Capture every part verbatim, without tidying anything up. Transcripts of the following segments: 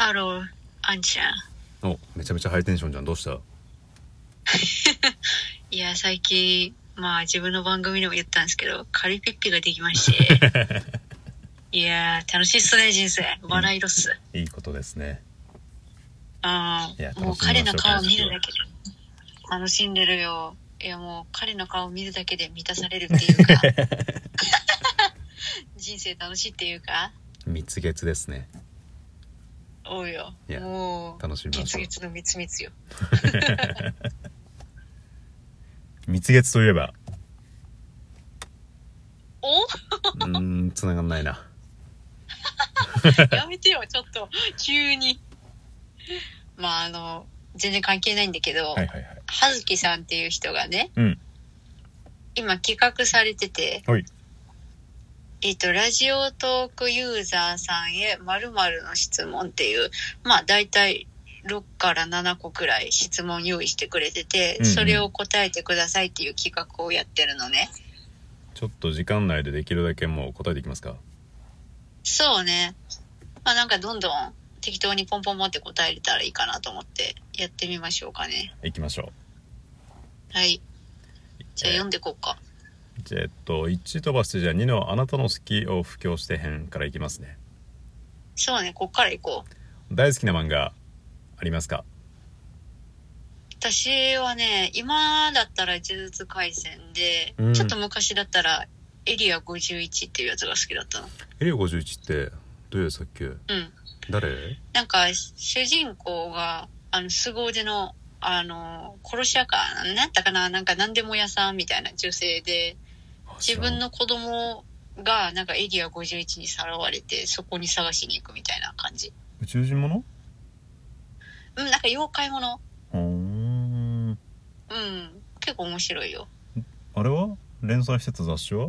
ハロー、あんちゃん。 お、めちゃめちゃハイテンションじゃん。どうした？ いや、最近、まあ自分の番組でも言ったんですけど、カリピッピができまして。いやー、楽しいっすね、人生。笑いろっす。 いいことですね。 ああ、もう彼の顔を見るだけで楽しんでるよ。いや、もう彼の顔を見るだけで満たされるっていうか。人生楽しいっていうか。 蜜月ですね。 おうよ。 いや、 もう楽しみましょう。 蜜月の蜜蜜よ。 蜜月といえばおうーん、繋がんないな。 やめてよ、ちょっと急に。まああの全然関係ないんだけど、 はいはいはい。 葉月さんっていう人がね、 うん。 今企画されてて、 はい。 えっとラジオトークユーザーさんへ〇〇の質問っていう、まあだいたいろっからななこくらい質問用意してくれてて、うんうん、それを答えてくださいっていう企画をやってるのね。 ちょっと時間内でできるだけもう答えていきますか。 そうね。まあなんかどんどん適当にポンポンポンって答えれたらいいかなと思ってやってみましょうかね。 行きましょう。はい。じゃあ読んでこうか。 じゃあえっといち飛ばしてじゃあにのあなたの好きを布教して編からいきますね。 そうね、こっからいこう。大好きな漫画ありますか？ 私はね、今だったら呪術廻戦で、うん、ちょっと昔だったらエリアごじゅういちっていうやつが好きだったの。 エリアごじゅういちってどういうやつだっけ？ うん。 誰？ なんか主人公があの凄腕のあの殺し屋かなんだったかな、なんか何でも屋さんみたいな女性で、自分の子供がなんかエリアごじゅういちにさらわれてそこに探しに行くみたいな感じ。 宇宙人もの？ うん、なんか妖怪もの。 ほーん。 うん、結構面白いよ。 あれは連載してた雑誌は？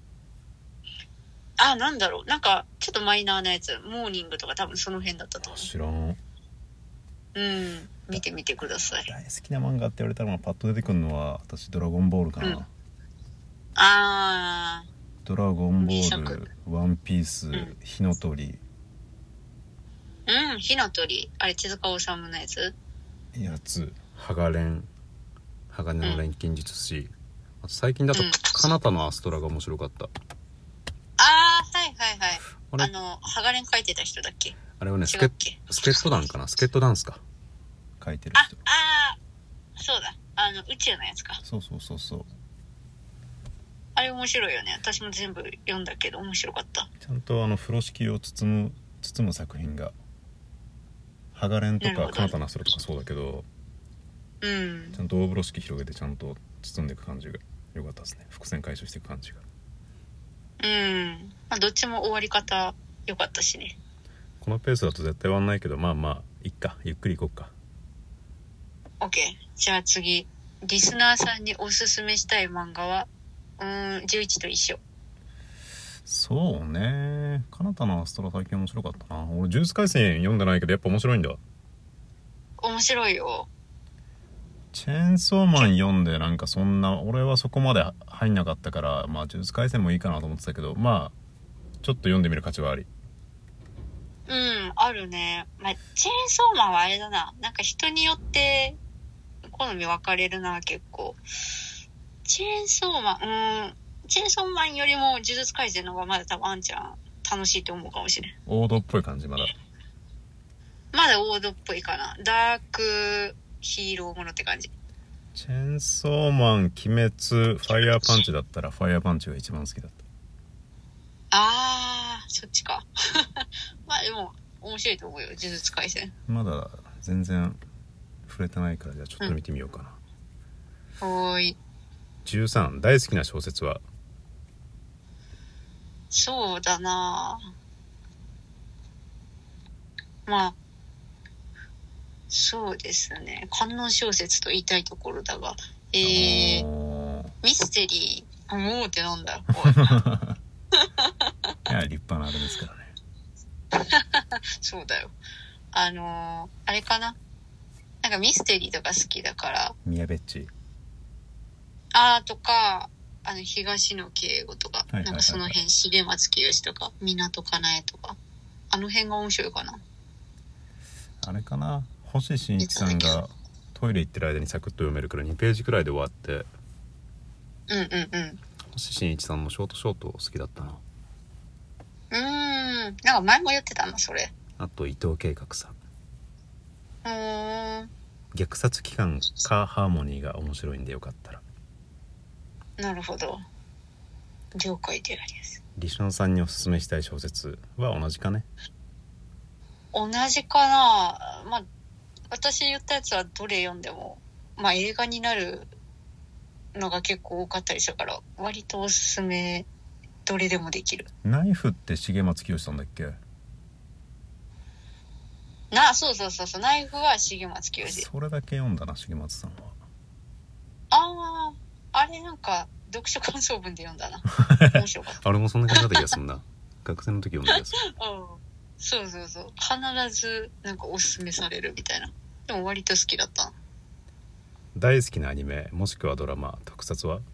あ、なんだろう、なんかちょっとマイナーなやつ、モーニングとか多分その辺だったと思う。 知らん。 うん、見てみてください。 大好きな漫画って言われたらパッと出てくるのは私ドラゴンボールかな。うん、 あー、 ドラゴンボール、ワンピース、うん、火の鳥。 うん、火の鳥、あれ手塚治虫のやつ？ やつ、ハガレン、鋼の錬金術師、うん、あと最近だと、うん、カナタのアストラが面白かった。 あー、はいはいはい。あ, あのハガレン書いてた人だっけ？ あれはね、スケスケットダンかな、スケットダンスか書いてる人。 ああー、そうだ、あの宇宙のやつか。 そうそうそうそう。 あれ面白いよね。私も全部読んだけど面白かった。 ちゃんとあの風呂敷を包む包む作品が、ハガレンとかカナタのアストラとかそうだけど、 うん、 ちゃんと大風呂敷広げてちゃんと包んでいく感じが良かったですね。伏線回収していく感じが。 うん、まあ、どっちも終わり方良かったしね。 このペースだと絶対終わんないけど、まあまあいっか、ゆっくりいこっか。 OK。 じゃあ次、リスナーさんにおすすめしたい漫画はうーんじゅういちと一緒。 そうね、カナタのアストラ最近面白かったな。俺呪術廻戦読んでないけどやっぱ面白いんだ。 面白いよ。 チェーンソーマン読んでなんかそんな俺はそこまで入んなかったから、まあ呪術廻戦もいいかなと思ってたけど、まあちょっと読んでみる価値はあり。 うん、あるね。まあチェーンソーマンはあれだな、なんか人によって好み分かれるな結構。チェーンソーマン、うーんチェーンソーマンよりも呪術廻戦の方がまだ多分あんちゃん楽しいと思うかもしれん。 王道っぽい感じ。まだまだ王道っぽいかな。ダークヒーローものって感じ。 チェーンソーマン、鬼滅、ファイヤーパンチだったらファイヤーパンチが一番好きだった。 あー、そっちか。まあでも面白いと思うよ、呪術廻戦。 まだ全然触れてないから、じゃあちょっと見てみようかな。 うん、はーい。 じゅうさん、大好きな小説は？ そうだな、まあそうですね、観音小説と言いたいところだが、えー、ミステリー、もうってなんだいや立派なあれですからね。 そうだよ。あのー、あれかな、なんかミステリーとか好きだから、 宮部っちあーとか、あの東野圭吾とか、 はいはいはいはい、 なんかその辺、重松清とか港かなえとか、あの辺が面白いかな。 あれかな、星新一さんがトイレ行ってる間にサクッと読めるからにページくらいで終わって。 うんうんうん。 星新一さんのショートショート好きだったな。 うーん、なんか前も言ってたなそれ。 あと伊藤計画さん。 うーん、 虐殺機関かハーモニーが面白いんでよかったら。 なるほど。了解であります。 リションさんにおすすめしたい小説は同じかね。 同じかな。まあ私言ったやつはどれ読んでもまあ映画になるのが結構多かったりするから割とおすすめどれでもできる。 ナイフって重松清さんだっけ。 な、そうそうそうそう、ナイフは重松清。 それだけ読んだな重松さんは。 ああ、あれなんか読書感想文で読んだな。面白かった。 あれもそんな感じだった気がするな。学生の時読んだ気がする。 うん、そうそうそう、必ずなんかおすすめされるみたいな。でも割と好きだったな。 大好きなアニメもしくはドラマ特撮は。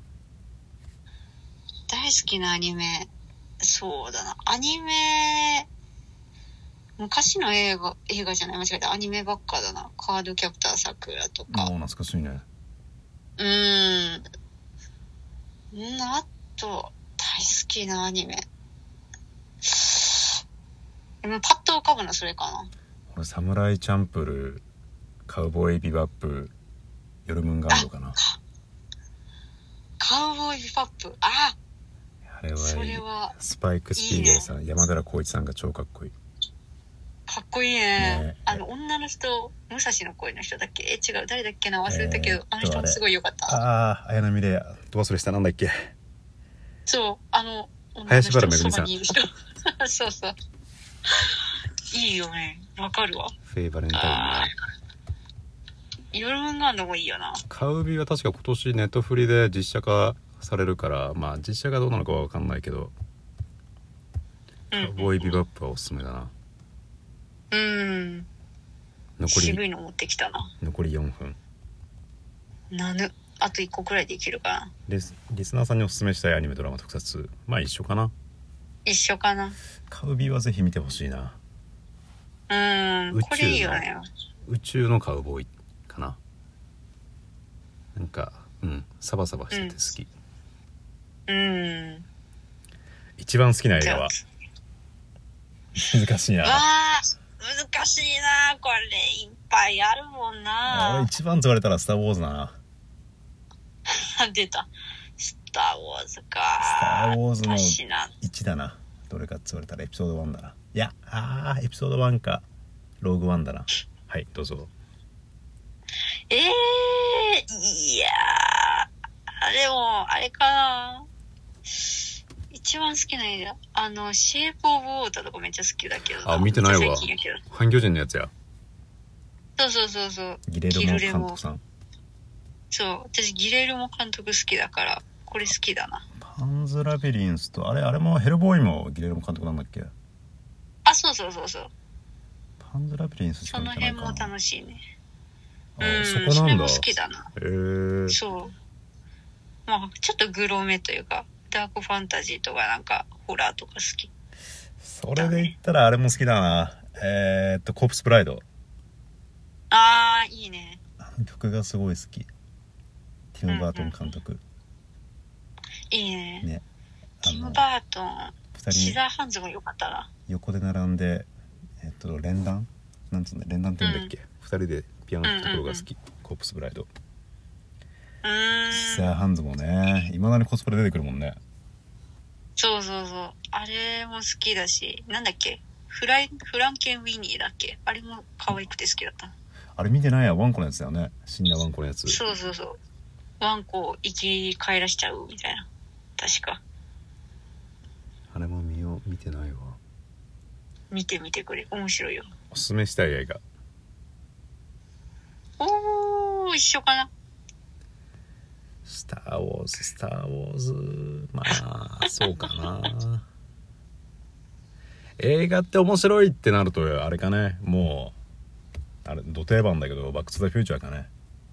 大好きなアニメ、そうだな、アニメ昔の映画映画じゃない間違えた、アニメばっかだな。カードキャプターさくらとか。 もう懐かしいね。 うーん、んあと大好きなアニメ、でもパッと浮かぶのそれかな。 俺サムライチャンプルー、カウボーイビバップ、ヨルムンガンドかな。 カウボーイビバップ、ああれはいい。 それはスパイク・スピーゲルさん、いいね、山寺宏一さんが超かっこいい。 かっこいい ね, ねあの女の人、武蔵の声の人だっけ、え違う誰だっけな忘れたけど、えー、あの人もすごい良かった。 ああ、綾波レイ、ど忘れした、なんだっけ。 そう、あの林原めぐみさんそうそう、いいよね、わかるわ。 フェイバレンタインね。 ヨルムンガンドもいいよな。 カウビは確か今年ネットフリで実写化されるから、まあ実写がどうなのかは分かんないけど、うん、カウボーイビバップはおすすめだな。 うん、残り渋いの持ってきたな。 残りよんぷん。 なぬ、あといっこくらいできるかな。 リス、リスナーさんにおすすめしたいアニメドラマ特撮、まあ一緒かな。 一緒かな。 カウビはぜひ見てほしいな。 うん、これいいよね。 宇宙のカウボーイかな。なんかうんサバサバしてて好き。 うん、うん、 一番好きな映画は。難しいな。 わあ難しいな、これいっぱいあるもんな。 俺一番と言われたらスターウォーズだな。 出た、スターウォーズか。 スターウォーズのいちだな。どれかって言われたらエピソードワンだな。いやあーエピソードワンかローグワンだな。はいどうぞ。 えー、いやーでもあれかな、一番好きな映画、あのシェイプオブウォーターとかめっちゃ好きだけど。 あ見てないわ。半魚人のやつや。 そうそうそうそう、 ギレルモ監督さん。 そう、私ギレルモ監督好きだからこれ好きだな。 パンズラビリンスとあれあれもヘルボーイもギレルモ監督なんだっけ。 あ、そうそうそうそう、 パンズラビリンスしか見てないかな。 その辺も楽しいね。 あ、うん、そこなんだ。それも好きだな。 へー。 そう、まあちょっとグロめというかダークファンタジーとかなんかホラーとか好き。 それで言ったらあれも好きだな。えー、っとコープスブライド。 あーいいね。 あの曲がすごい好き。ティム・バートン監督、うんうん、いいね。 ね、 ティム・バートン、シザーハンズも良かったな。 横で並んでえっと連弾なんつうんだ連弾って言うんだっけ、うん、ふたりでピアノ弾くところが好き、うんうんうん、コープスブライド。 うーん、 シザーハンズもね、未だにコスプレ出てくるもんね。 そうそうそう、あれも好きだし、なんだっけ、フライフランケンウィニーだっけ、あれも可愛くて好きだった。 あれ見てないや、ワンコのやつだよね。死んだワンコのやつ。 そうそうそう、ワンコを生き返らしちゃうみたいな、確か。 あれも見よう、見てないわ。 見てみてくれ、面白いよ。 おすすめしたい映画。 おー、一緒かな。 スター・ウォーズ、スター・ウォーズ、まあそうかな。映画って面白いってなるとあれかね、もうあれド定番だけどバック・トゥ・ザ・フューチャーかね。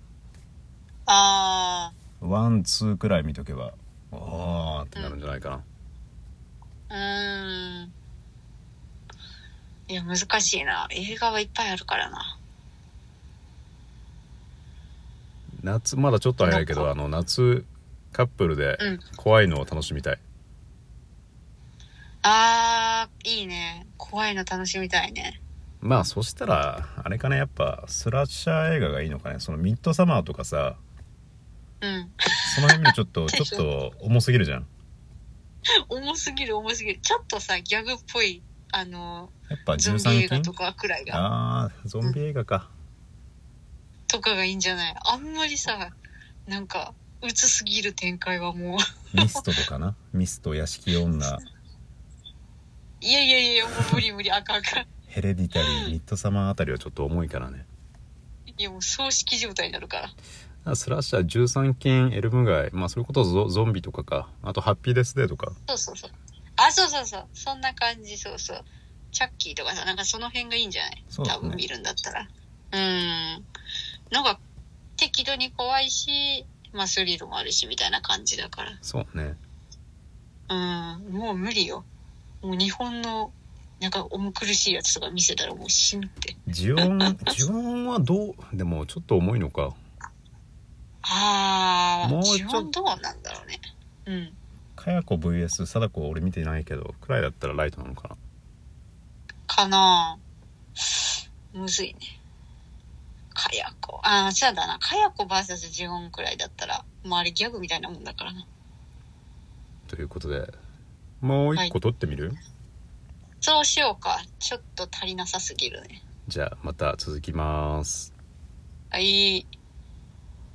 あーワンツーくらい見とけばおーってなるんじゃないかな。 うん、うーん、 いや、難しいな。映画はいっぱいあるからな。 夏まだちょっと早いけど、あの夏カップルで怖いのを楽しみたい、うん、 あーいいね。怖いの楽しみたいね。 まあそしたらあれかね、やっぱスラッシャー映画がいいのかね。そのミッドサマーとかさ、 うんその辺見るちょっとちょっと重すぎるじゃん。 重すぎる重すぎる。ちょっとさギャグっぽいあのやっぱゾンビ映画とかくらいが、 ああゾンビ映画か、 うん、とかがいいんじゃない。あんまりさなんか鬱すぎる展開はもうミストとかなミスト、屋敷女、 いやいやいやもう無理無理あかんあかんヘレディタリー、ミッドサマーあたりはちょっと重いからね。 いやもう葬式状態になるから。 スラッシャー、じゅうさんきんエルム街、まあそれこそ ゾ, ゾンビとかか、あとハッピーデスデーとか。 そうそうそう、あそうそうそう、そんな感じ。そうそう、チャッキーとかさ、なんかその辺がいいんじゃない。そうだね、多分見るんだったら。うんなんか適度に怖いし、まあスリルもあるしみたいな感じだから。 そうね。 うんもう無理よ。もう日本のなんか重苦しいやつとか見せたらもう死ぬって。 ジオンジオンはどうでもちょっと重いのか。 ああジオンどうなんだろうね。うんかやこ ブイエス 貞子俺見てないけどくらいだったらライトなのかな。 かなぁ、むずいね。かやこ、ああそうだな、かやこ ブイエス ジオンくらいだったらもうあれギャグみたいなもんだからな。 ということでもう一個撮ってみる、はい、 そうしようか。ちょっと足りなさすぎるね。 じゃあまた続きます。 はい。